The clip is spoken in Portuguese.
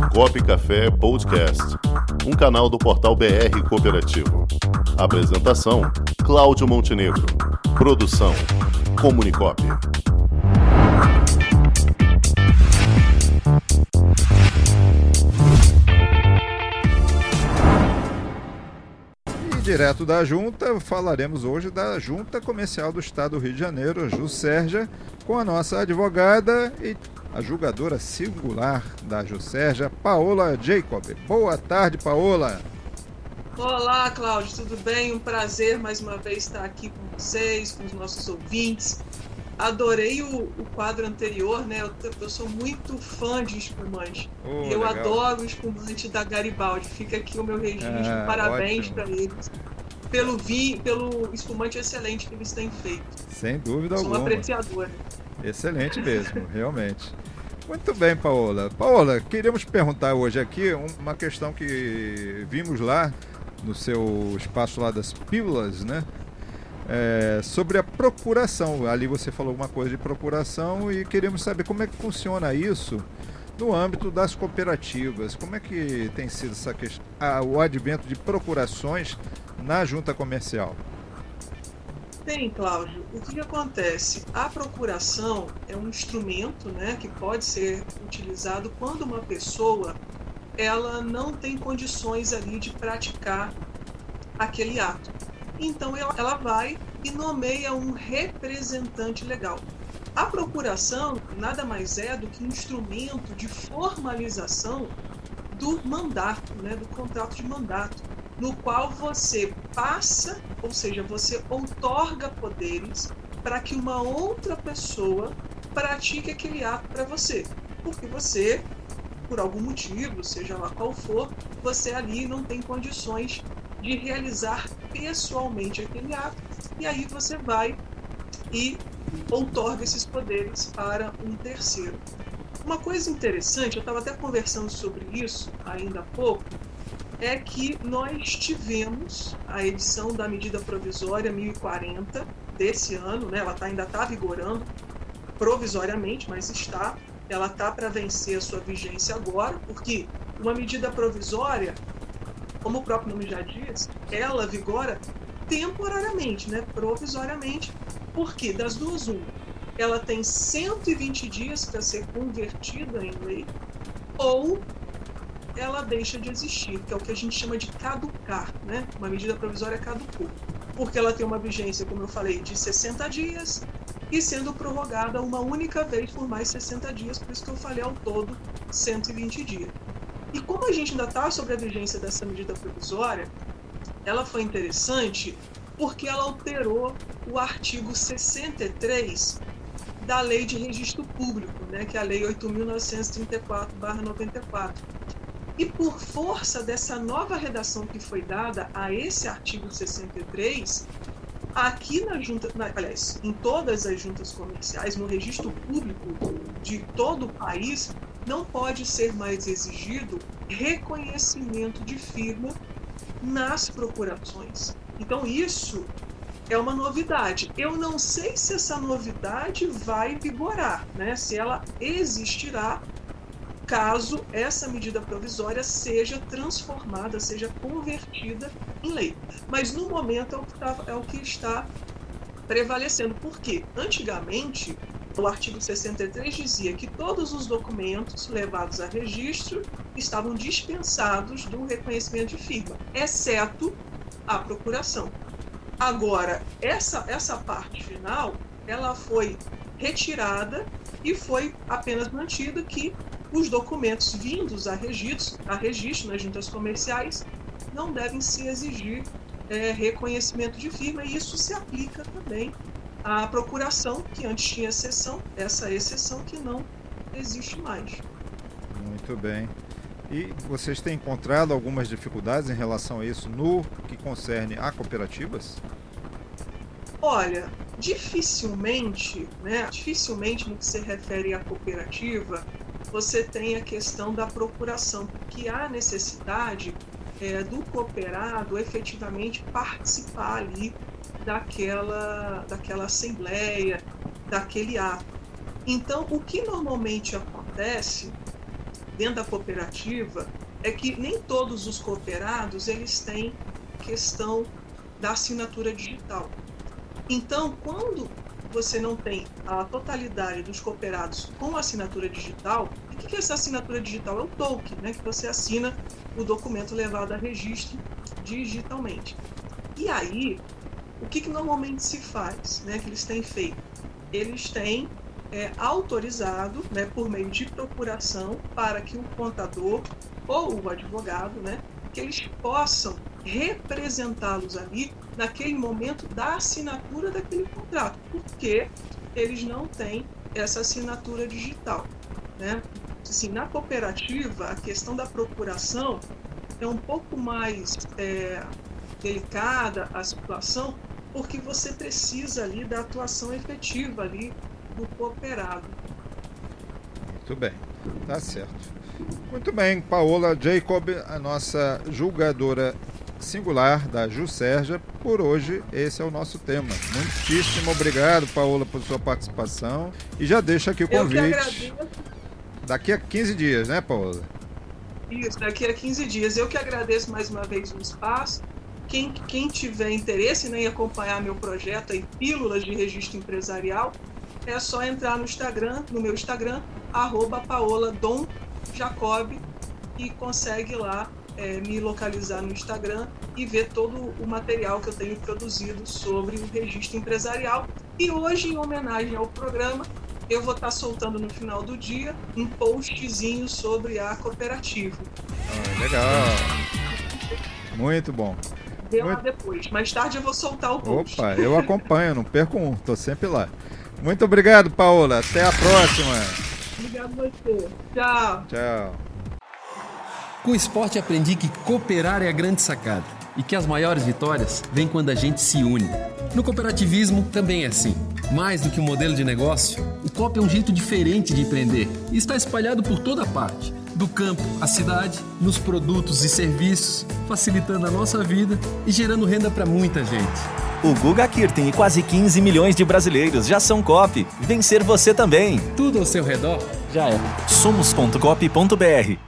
Comunicop Café Podcast, um canal do portal BR Cooperativo. Apresentação: Cláudio Montenegro. Produção: Comunicop. Direto da Junta, falaremos hoje da Junta Comercial do Estado do Rio de Janeiro, a Juscerja, com a nossa advogada e a julgadora singular da Juscerja, Paola Jacob. Boa tarde, Paola. Olá, Cláudio, tudo bem? Um prazer mais uma vez estar aqui com vocês, com os nossos ouvintes. Adorei o quadro anterior, né? Eu sou muito fã de espumante. E eu adoro o espumante da Garibaldi. Fica aqui o meu registro. Parabéns para eles pelo espumante excelente que eles têm feito. Sem dúvida alguma. Sou uma apreciadora. Excelente mesmo, realmente. Muito bem, Paola. Paola, queríamos perguntar hoje aqui uma questão que vimos lá no seu espaço lá das pílulas, né? Sobre a procuração. Ali você falou alguma coisa de procuração e queremos saber como é que funciona isso no âmbito das cooperativas. Como é que tem sido essa questão, o advento de procurações na junta comercial? Bem, Cláudio, o que acontece? A procuração é um instrumento, né, que pode ser utilizado quando uma pessoa ela não tem condições ali de praticar aquele ato. Então ela vai e nomeia um representante legal. A procuração nada mais é do que um instrumento de formalização do mandato, né, do contrato de mandato, no qual você passa, ou seja, você outorga poderes para que uma outra pessoa pratique aquele ato para você. Porque você, por algum motivo, seja lá qual for, você ali não tem condições de realizar pessoalmente aquele ato, e aí você vai e outorga esses poderes para um terceiro. Uma coisa interessante, eu estava até conversando sobre isso ainda há pouco, é que nós tivemos a edição da medida provisória 1040 desse ano, né? Ela ainda está vigorando provisoriamente, mas ela está para vencer a sua vigência agora, porque uma medida provisória, como o próprio nome já diz, ela vigora temporariamente, né? Provisoriamente, porque das duas uma, ela tem 120 dias para ser convertida em lei, ou ela deixa de existir, que é o que a gente chama de caducar, né? Uma medida provisória caducou, porque ela tem uma vigência, como eu falei, de 60 dias e sendo prorrogada uma única vez por mais 60 dias, por isso que eu falei ao todo 120 dias. E como a gente ainda está sobre a vigência dessa medida provisória, ela foi interessante porque ela alterou o artigo 63 da Lei de Registro Público, né, que é a Lei 8.934/94. E por força dessa nova redação que foi dada a esse artigo 63, aqui aliás, em todas as juntas comerciais, no registro público de todo o país, não pode ser mais exigido reconhecimento de firma nas procurações. Então isso é uma novidade. Eu não sei se essa novidade vai vigorar, né? Se ela existirá caso essa medida provisória seja transformada, seja convertida em lei. Mas no momento é o que está prevalecendo. Porque antigamente o artigo 63 dizia que todos os documentos levados a registro estavam dispensados do reconhecimento de firma, exceto a procuração. Agora, essa parte final, ela foi retirada e foi apenas mantida que os documentos vindos a registro nas juntas comerciais não devem se exigir reconhecimento de firma, e isso se aplica também à procuração, que antes tinha exceção, essa exceção que não existe mais. Muito bem. E vocês têm encontrado algumas dificuldades em relação a isso no que concerne a cooperativas? Olha, dificilmente no que se refere à cooperativa, você tem a questão da procuração, porque há necessidade do cooperado efetivamente participar ali daquela assembleia, daquele ato. Então, o que normalmente acontece dentro da cooperativa é que nem todos os cooperados eles têm questão da assinatura digital. Então, quando você não tem a totalidade dos cooperados com assinatura digital, o que é essa assinatura digital? É o token, né, que você assina o documento levado a registro digitalmente. E aí, o que normalmente se faz, né, que eles têm feito? Eles têm autorizado, né, por meio de procuração, para que o contador ou o advogado, né, que eles possam representá-los ali naquele momento da assinatura daquele contrato, porque eles não têm essa assinatura digital, né? Assim, na cooperativa, a questão da procuração é um pouco mais delicada a situação, porque você precisa ali da atuação efetiva ali do cooperado. Muito bem, tá certo. Muito bem, Paola Jacob, a nossa julgadora singular da Juscerja. Por hoje, esse é o nosso tema. Muitíssimo obrigado, Paola, por sua participação. E já deixa aqui o convite. Eu que agradeço. Daqui a 15 dias, né, Paola? Isso, daqui a 15 dias. Eu que agradeço mais uma vez o espaço. Quem tiver interesse, né, em acompanhar meu projeto aí, Pílulas de Registro Empresarial, é só entrar no meu Instagram, @PaolaDomJacob, e consegue lá me localizar no Instagram e ver todo o material que eu tenho produzido sobre o registro empresarial. E hoje, em homenagem ao programa, eu vou estar soltando no final do dia um postzinho sobre a cooperativa. Legal. Muito bom. Vê lá depois. Mais tarde eu vou soltar o post. Opa, eu acompanho, não perco um, tô sempre lá. Muito obrigado, Paola. Até a próxima. Obrigado a você. Tchau. Tchau. Com o esporte aprendi que cooperar é a grande sacada e que as maiores vitórias vêm quando a gente se une. No cooperativismo também é assim. Mais do que um modelo de negócio, o coop é um jeito diferente de empreender e está espalhado por toda parte, do campo à cidade, nos produtos e serviços, facilitando a nossa vida e gerando renda para muita gente. O Guga Kirten e quase 15 milhões de brasileiros já são coop. Vencer você também. Tudo ao seu redor já é. Somos.coop.br